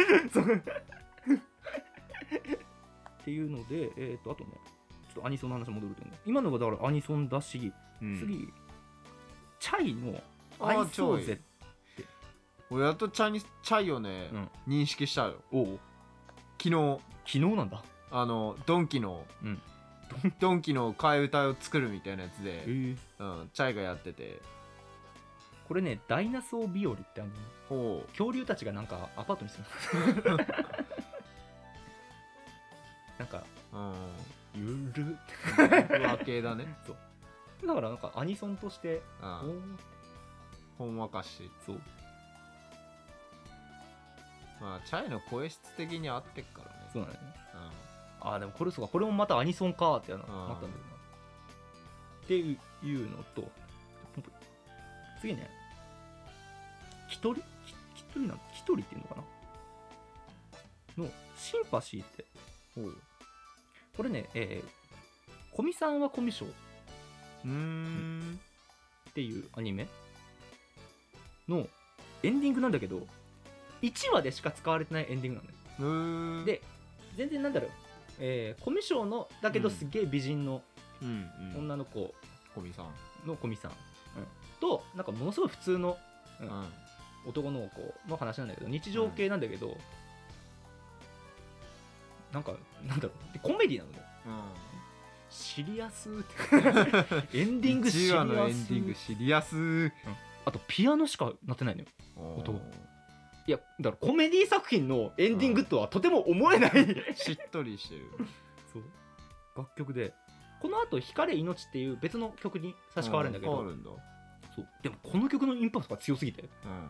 っていうので、えっとあとね、ちょっとアニソンの話戻るとね、今のがだからアニソンだし、うん、次チャイの愛そうぜって、 俺やっとチャイ、チャイをね、うん、認識したよ。おう昨日昨日なんだ。 あのドンキの、うんドンキの替え歌を作るみたいなやつで、えーうん、チャイがやってて、 これね、ダイナソー日和ってあるの。恐竜たちがなんかアパートに住むなんか、うん、ゆるふわ系だね。 そうだからなんかアニソンとして、うん、 ほんわかし、 そうまあチャイの声質的に合ってっからね。 そうだね、うんあーでもこれそうか、これもまたアニソンかってなったんだけどなっていうのと、次ね、キトリキトリなのキトリっていうのかなのシンパシーって、これね、えー、コミさんはコミショウうーんっていうアニメのエンディングなんだけど、いちわでしか使われてないエンディングなんだよ。で全然なんだろう、えー、コミショウのだけどすげえ美人の女の子、うんうん、 コミさんのコミさん、うん、となんかものすごい普通の、うんうん、男の子の話なんだけど、日常系なんだけど、うん、なんかなんだろうコメディなのね、うん、シリアスエンディングシリアス、いちわのエンディングシリアス、うん、 あとピアノしか鳴ってないのよ音。いやだからコメディ作品のエンディングとはとても思えないしっとりしてるそう楽曲で、このあと光れ命っていう別の曲に差し替わるんだけど、 あるんだ。 そうでもこの曲のインパクトが強すぎて、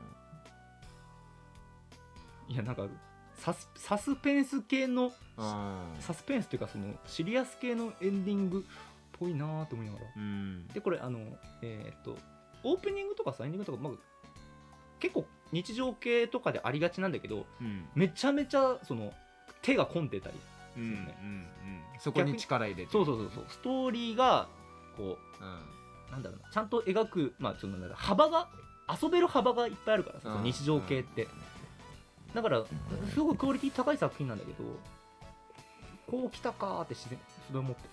うん、いやなんかサス、サスペンス系のサスペンスっていうかそのシリアス系のエンディングっぽいなーって思いながら、うん、でこれあのえー、っとオープニングとかさエンディングとか、まあ、結構日常系とかでありがちなんだけど、うん、めちゃめちゃその手が込んでたりするね、うんうんうん、 そこに力入れて、 そうそうそうそう、ストーリーがこう、うん、なんだろうな、ちゃんと描く、まあその幅が遊べる幅がいっぱいあるからさ、その日常系って、うん、だからすごくクオリティ高い作品なんだけど、こう来たかーって自然それ思って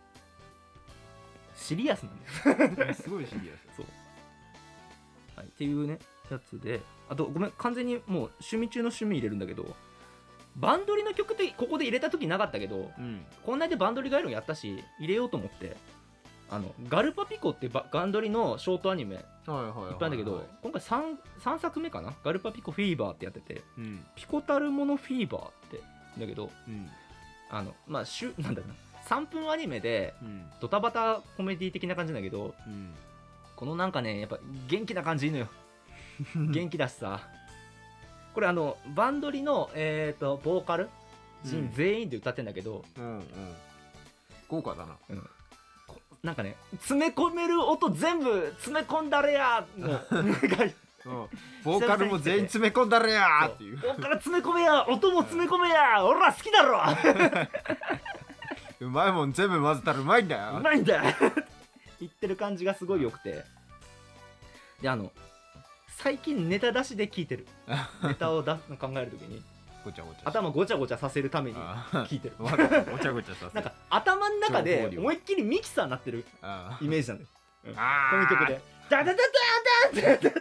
シリアスなんだよすごいシリアスそう、はい、っていうねやつで、あとごめん完全にもう趣味中の趣味入れるんだけど、バンドリの曲ってここで入れた時なかったけど、うん、こんなでバンドリガイロンやったし入れようと思って、あのガルパピコってバンドリのショートアニメいっぱいあるんだけど、今回 3, さんさくめかな、ガルパピコフィーバーってやってて、うん、ピコタルモノフィーバーってだけど、うん、あのまあしゅなんだろうな、さんぷんアニメで、うん、ドタバタコメディ的な感じだけど、うん、このなんかねやっぱ元気な感じいいのよ元気だしさ、これあのバンドリの、えー、とボーカル陣全員で歌ってんだけど、うんうんうん、 豪華だな、うん、 なんかね詰め込める音全部詰め込んだれやのボーカルも全員詰め込んだれやーっていうボーカル詰め込めや音も詰め込めや俺ら好きだろうまいもん全部混ぜたらうまいんだようまいんだよ言ってる感じがすごい良くて、であの最近ネタ出しで聞いてるネタをだ考えるときにごちゃごちゃ頭ごちゃごちゃさせるために聞いてるごちゃごちゃさせなんか頭の中で思いっきりミキサーになってるイメージなんだよ、うん、この曲でダダダダダダダダ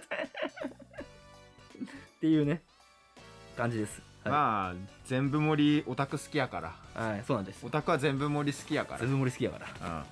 っていうね感じです、 はい、まあ全部盛りオタク好きやから、 はい、そうなんです。 オタクは全部盛り好きやから全部盛り好きやから、うん、はい、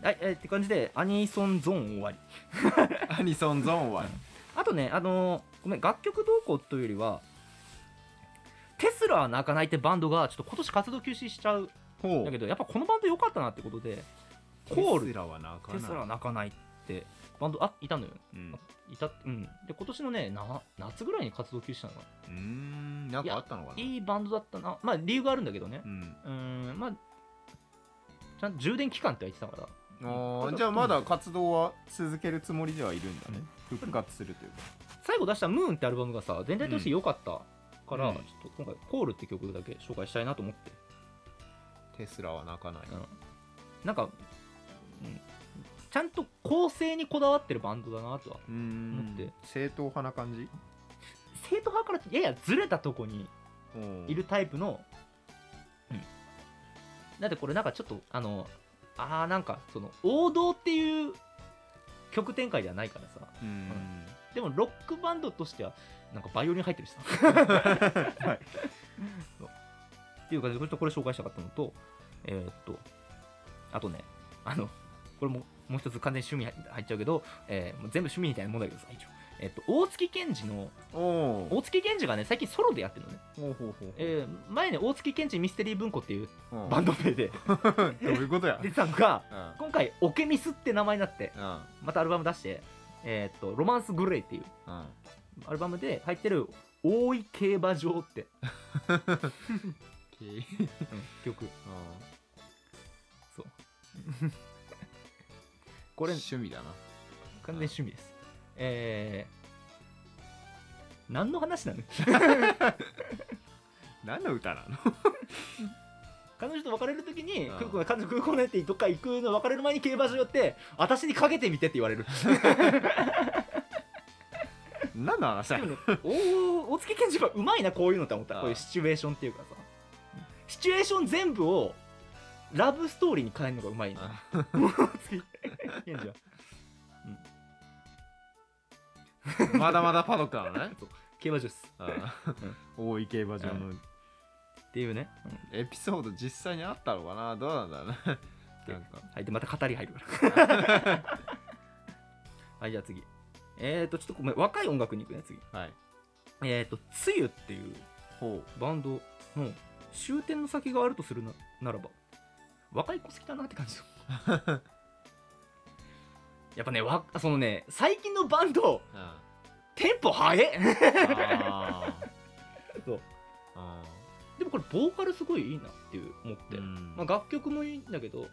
はい、えー、って感じでアニソンゾーン終わりアニソンゾーン終わりあとね、あのー、ごめん、楽曲動向というよりはテスラは泣かないってバンドがちょっと今年活動休止しちゃうんだけど、やっぱこのバンド良かったなってことでコールテスラは泣かないテスラは泣かないってバンドあいたのよ、うん、いた、うん、で今年のねな夏ぐらいに活動休止したのかな。 うーん、なんかあったのかな。 いいバンドだったな。まあ理由があるんだけどね、うん、うーん、まあちゃんと充電期間って言ってたから、 あ、じゃあまだ活動は続けるつもりではいるんだね、うん、復活するというか。 最後出したムーンってアルバムがさ全体として良かったから、うん、ちょっと今回コールって曲だけ紹介したいなと思って。 テスラは泣かない、うん、 なんか、うん、ちゃんと構成にこだわってるバンドだなとは思って。 正統派な感じ。 正統派からややずれたとこにいるタイプの、うん、だってこれなんかちょっとあのあーなんかその王道っていう曲展開ではないからさ、うん、うん、でもロックバンドとしてはなんかバイオリン入ってるしさ、はい、っていう感じでこれ紹介したかったのと、えー、っとあとね、あのこれももう一つ完全に趣味入っちゃうけど、えー、もう全部趣味みたいなもんだけどさ、一応えっと、大月健二の大月健二がね最近ソロでやってるのね。ほうほうほう、えー、前ね大月健二ミステリー文庫っていうバンド名でどういうことや出てたのが、うん、今回オケミスって名前になって、うん、またアルバム出して、えー、っとロマンスグレイっていう、うん、アルバムで入ってる大井競馬場って曲、うん、そうこれ趣味だな、 完全に趣味です。えー、何の話なの何の歌なの彼女と別れるときに、彼女空港ねってどっか行くの別れる前に競馬場寄って私にかけてみてって言われる何の話だ。 でもね、お大月健二はうまいなこういうのって思った。こういうシチュエーションっていうかさ、シチュエーション全部をラブストーリーに変えるのがうまいな大月健二は。 まだまだパドックなのね競馬場です。 大井競馬場の、うん、 っていうね、 うん、エピソード実際にあったのかな、どうなんだろうねなんかはい、でまた語り入るからはい、じゃあ次、えーとちょっとごめん、若い音楽に行くね次。はい、えーとつゆっていうバンドの終点の先があるとする な, ならば若い子好きだなって感じやっぱね、わそのね最近のバンド、うん、テンポ速えそうあでもこれボーカルすごいいいなっていう思って、うん、まあ、楽曲もいいんだけど、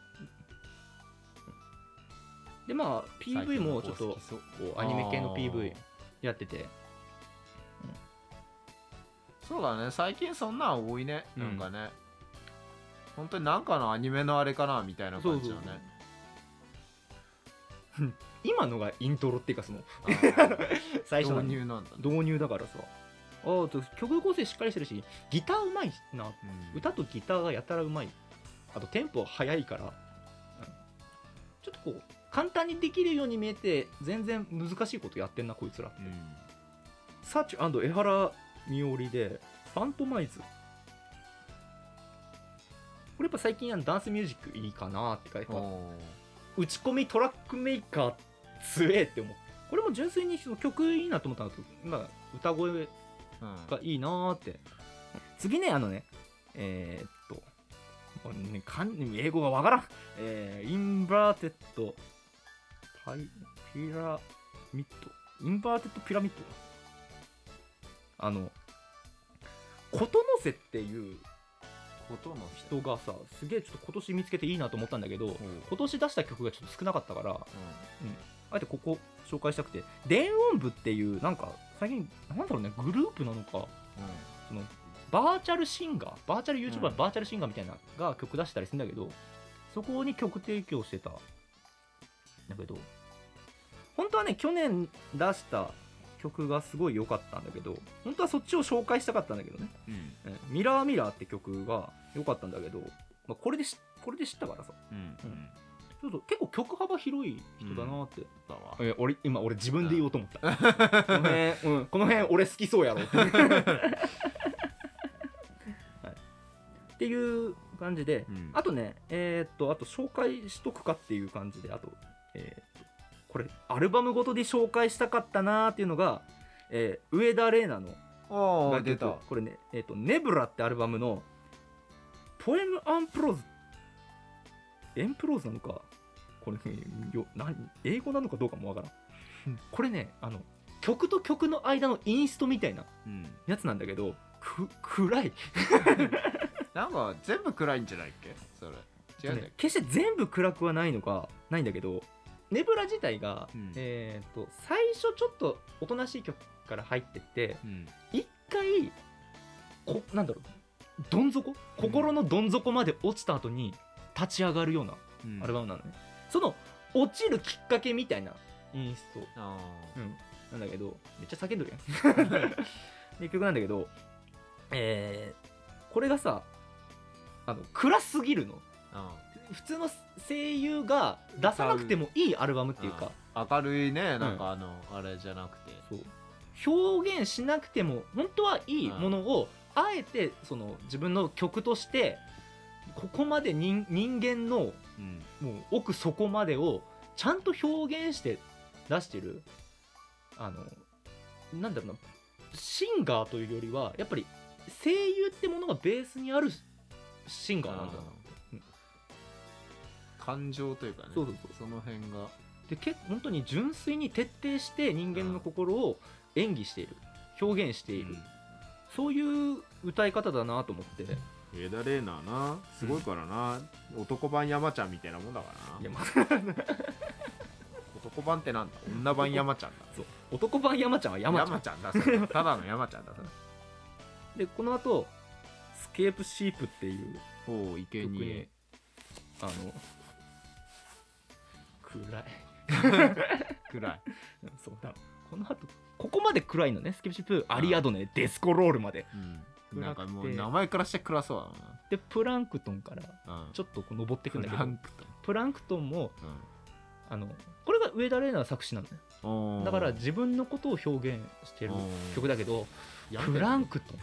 でまあ ピーブイ もちょっとこうアニメ系の ピーブイ やってて、うん、 そうだね、最近そんなん多いね、うん、なんかね本当になんかのアニメのあれかなみたいな感じだね。そうそう今のがイントロっていうかその最初の導入なんだ、ね、 導入だからさ、あと曲構成しっかりしてるしギターうまいな、うん、歌とギターがやたらうまい、あとテンポ速いから、うん、ちょっとこう簡単にできるように見えて全然難しいことやってんなこいつらって、うん、サーチ&江原美織でファントマイズ、これやっぱ最近あのダンスミュージックいいかなって書いてある。打ち込みトラックメーカー強えって思う。これも純粋にその曲いいなと思ったのと、まあ、歌声がいいなーって、うん、次ねあのねえー、っとね英語がわからん、えー、インバーテッドパイピラミッドインバーテッドピラミッドあのことのせっていうことの人がさすげえちょっと今年見つけていいなと思ったんだけど、うん、今年出した曲がちょっと少なかったから、うんうん、あえてここ紹介したくて、電音部っていうなんか最近なんだろうねグループなのか、うん、そのバーチャルシンガーバーチャル YouTuber、うん、バーチャルシンガーみたいなが曲出したりするんだけど、そこに曲提供してたんだけど、本当はね去年出した曲がすごい良かったんだけど、本当はそっちを紹介したかったんだけどね、うん、ミラーミラーって曲が良かったんだけど、まあ、これでしこれで知ったからさ、うんうん、ちょっと結構曲幅広い人だなって、うん、え俺今俺自分で言おうと思った、うん、この辺、うん、この辺俺好きそうやろって、はい、っていう感じで、うん、あとねえー、っとあと紹介しとくかっていう感じで、あとえー、っとこれアルバムごとで紹介したかったなーっていうのが、えー、上田玲奈のあ出たこれね、えーと、ネブラってアルバムのポエムアンプローズエンプローズなのかこれよ何英語なのかどうかもわからんこれねあの曲と曲の間のインストみたいなやつなんだけど、うん、く暗いなんか全部暗いんじゃないっけそれ違うね、 決して全部暗くはないのかないんだけど、ネブラ自体が、うん、えー、と最初ちょっとおとなしい曲から入ってって、うん、一回こなんだろうどん底心のどん底まで落ちた後に立ち上がるようなアルバムなのね、うん、その落ちるきっかけみたいなインスト、あ、うん、なんだけどめっちゃ叫んどるやんって曲なんだけど、えー、これがさあの暗すぎるの。ああ普通の声優が出さなくてもいいアルバムっていうか、 明るいねなんかあの、うん、あれじゃなくてそう表現しなくても本当はいいものをあえてその自分の曲としてここまで 人, 人間の、うん、もう奥底までをちゃんと表現して出してる、あのなんだろうなシンガーというよりはやっぱり声優ってものがベースにあるシンガーなんだな、 感情というかね、 そうそうそうその辺がでけ本当に純粋に徹底して人間の心を演技している表現している、うん、そういう歌い方だなと思って。 上田玲奈なすごいからな、うん、男版山ちゃんみたいなもんだからな。いや、ま男版ってなんだ女版山ちゃんだ。 そう男版山ちゃんは山ちゃん山ちゃんだそれただの山ちゃんだそでれこの後スケープシープっていうお生贄あの暗い暗いそうだこの後ここまで暗いのねスケープシープアリアドネデスコロールまで、 うん、なんかもう名前からして暗そうだな。 でプランクトンからちょっとこう登ってくんだけど、プランクトンプランクトンも、うん、あのこれが上田玲奈作詞なのね。だから自分のことを表現してる曲だけどプランクトン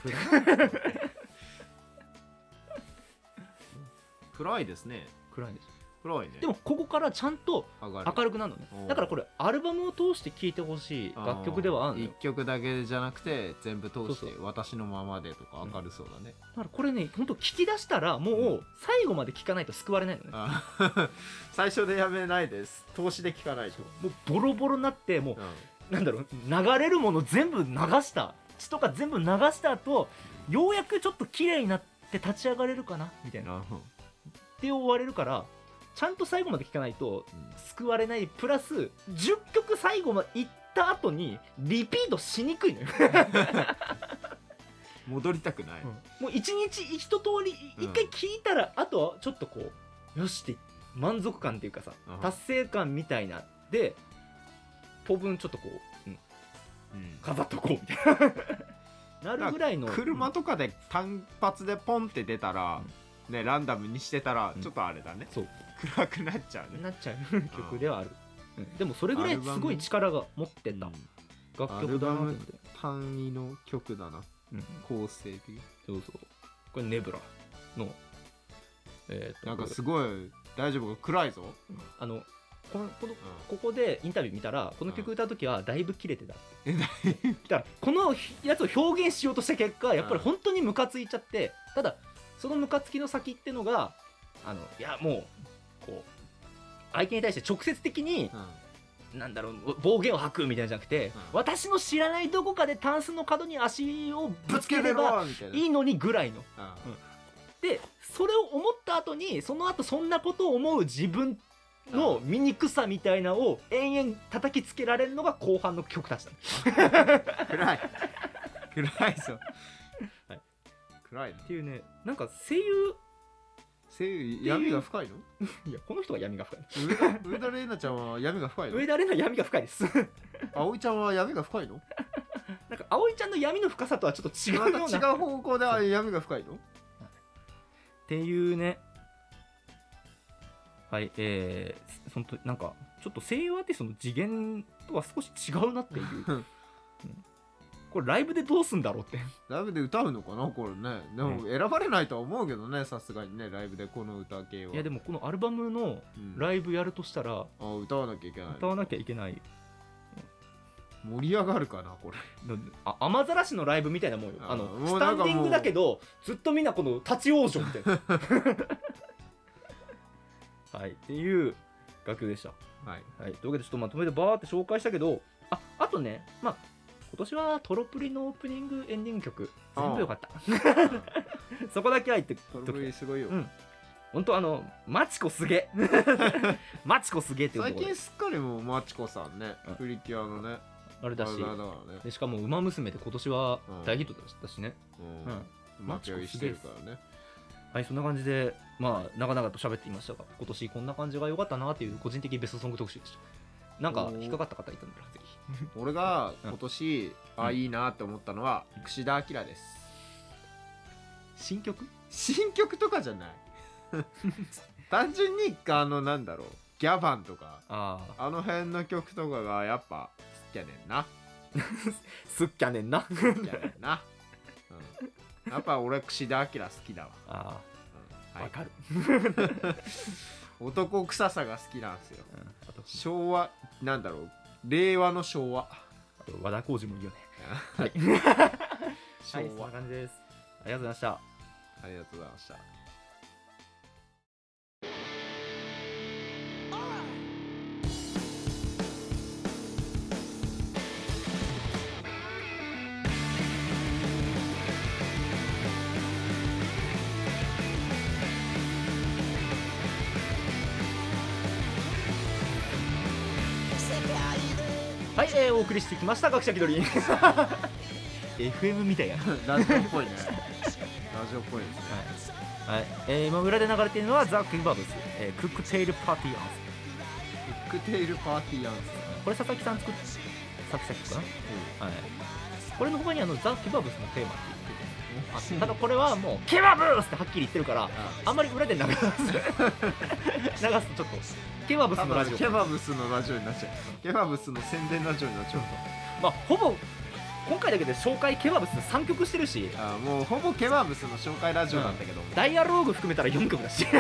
暗いですね。 暗いです。 暗いね。 でもここからちゃんと明るくなるのね。だからこれアルバムを通して聴いてほしい楽曲ではあるのよ。 いっきょくだけじゃなくて全部通して私のままでとか明るそうだね、 うん、だからこれねほんと聴き出したらもう最後まで聴かないと救われないのね、 うん、最初でやめないです投資で聴かないともうボロボロになってもう、うん、なんだろう流れるもの全部流した血とか全部流した後ようやくちょっと綺麗になって立ち上がれるかなみたいな、うん、で終われるからちゃんと最後まで聴かないと救われない、プラスじゅっきょく最後まで行った後にリピートしにくいのよ戻りたくない、うん、 もう一日一通り一回聴いたら、うん、あとはちょっとこうよしって満足感っていうかさ、うん、達成感みたいなで当分ちょっとこう、うんうん、飾っとこうみたいななるぐらいの車とかで単発でポンって出たら、うんね、ランダムにしてたらちょっとあれだね、うん、そう暗くなっちゃうねなっちゃう曲ではある、うん、でもそれぐらいすごい力が持ってた楽曲だなって、 単位の曲だな、うん、構成的そうそうこれネブラの、 えー、なんかすごい大丈夫暗いぞ、 うん、あのこのこの、うん、ここでインタビュー見たらこの曲歌う時はだいぶキレてた、うん、だからこのやつを表現しようとした結果やっぱり本当にムカついちゃってただそのムカつきの先ってのがあのいやもうこう相手に対して直接的に、うん、なんだろう暴言を吐くみたいなじゃなくて、うん、私の知らないどこかでタンスの角に足をぶつければいいのにぐらいの、うんうん、 でそれを思った後にその後そんなことを思う自分の醜さみたいなのを延々叩きつけられるのが後半の曲たちだ暗い暗いぞ、はい、暗いなっていうね。なんか声優声優闇が深いのいやこの人は闇が深い上田上田玲奈ちゃんは闇が深いの上田玲奈闇が深いです葵ちゃんは闇が深いのなんか葵ちゃんの闇の深さとはちょっと違うような違う方向で闇が深いのっていうね。はいえー、そのとなんかちょっと声優アーティストの次元とは少し違うなっていう、うん、これライブでどうすんだろうってライブで歌うのかなこれね。でも選ばれないとは思うけどね、さすがにねライブでこの歌系は。 いやでもこのアルバムのライブやるとしたら、うん、 あ歌わなきゃいけない歌わなきゃいけない。 盛り上がるかなこれ。 あ雨ざらしのライブみたいなもんよ。あのスタンディングだけどずっとみんなこの立ち往生みたいなはいっていう楽曲でした。はい、はい、というわけでちょっとまとめてバーって紹介したけど、ああとねまあ今年はトロプリのオープニングエンディング曲全部良かったそこだけは言ってトロプリすごいよ。 うん本当あのマチコすげマチコすげっていうところ最近すっかりもうマチコさんね、うん、プリキュアのねあれだし、ね、でしかもウマ娘で今年は大ヒットだったしね、 うんうん、マチコしてるからね。 はいそんな感じでまあ長々と喋っていましたが今年こんな感じが良かったなっていう個人的ベストソング特集でした。なんか引っかかった方いたんだらぜひ俺が今年、うん、あいいなって思ったのは櫛田明です。 新曲新曲とかじゃない単純にあのなんだろうギャバンとか あ, あの辺の曲とかがやっぱ好きやねんなすっきゃねんな好きやねんな、うん、やっぱ俺櫛田明好きだわ。ああ、うん、はい、かる男臭さが好きなんですよ、うん、あと昭和なんだろう令和の昭和。 あと和田浩二もいいよねはい昭和、はい、そんな感じです。ありがとうございました。 ありがとうございました。 はい、えー、お送りしてきました学者気取りエフエム みたいやラジオっぽいねラジオっぽいですね。 はい、はいえー、今裏で流れているのはザ・クイバーブス、えー、クックテイルパーティーアンスクックテイルパーティーアンスこれ佐々木さん作って作詞かな、うんはい、これの他にあのザ・キバブスのテーマって言ってて、ただこれはもうキバブスってはっきり言ってるからあんまり裏で流す流すとちょっとケバブスのラジオケバブスのラジオになっちゃうケバブスの宣伝ラジオになっちゃうまあほぼ今回だけで紹介ケバブスさんきょくしてるしあもうほぼケバブスの紹介ラジオなんだけど、うん、 ダイアローグ含めたらよんきょくだしい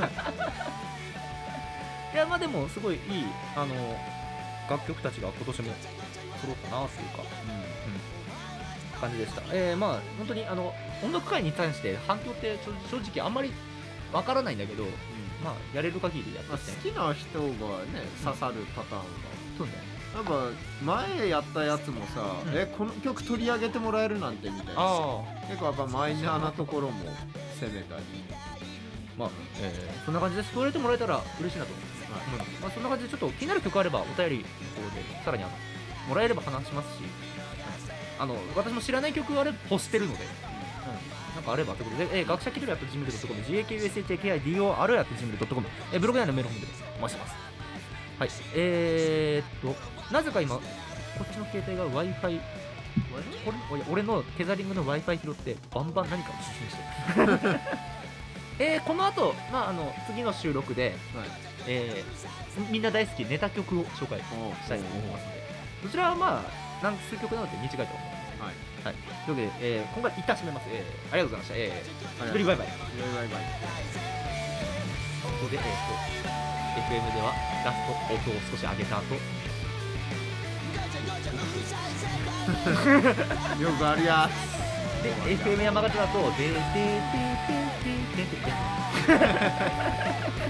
やまあでもすごいいいあの楽曲たちが今年も揃ったなっていうか、うんうん、感じでした。えー、まあ本当にあの音楽界に対して反響って正直あんまりわからないんだけど、うん、まあやれる限りやってきて、まあ、好きな人がね刺さるパターンが、 そうね。 やっぱ前やったやつもさ、うん、えこの曲取り上げてもらえるなんてみたいな結構やっぱマイナーなところも攻めたりまあ、えー、そんな感じで取れてもらえたら嬉しいなと思います、はいうんまあ、そんな感じでちょっと気になる曲あればお便りの方でさらにあのもらえれば話しますし、あの私も知らない曲あれ欲してるので、うん、なんかあればということで、えー、学者気取り アットジーメールドットコム ジーエーケーユーエスエイチエーケーアイディーオーアールアイ アットジーメールドットコム、えー、ブログ内のメールホームでお待ちしてます。はい、えー、っとなぜか今こっちの携帯が Wi-Fi 俺, 俺のテザリングの Wi-Fi 拾ってバンバン何かを説明してるえー、この後、まあ、あの次の収録で、はいえー、みんな大好きネタ曲を紹介したいと思いますので、そちらはまあ何数曲なので短いと思います、はいはい、というわけで、えー、今回一旦締めます、えー、ありがとうございました、えー、ひとりバイバイバイバイここで、えー、と エフエム ではラスト音を少し上げた後よくあるやで エフエム 山形だとでででででででで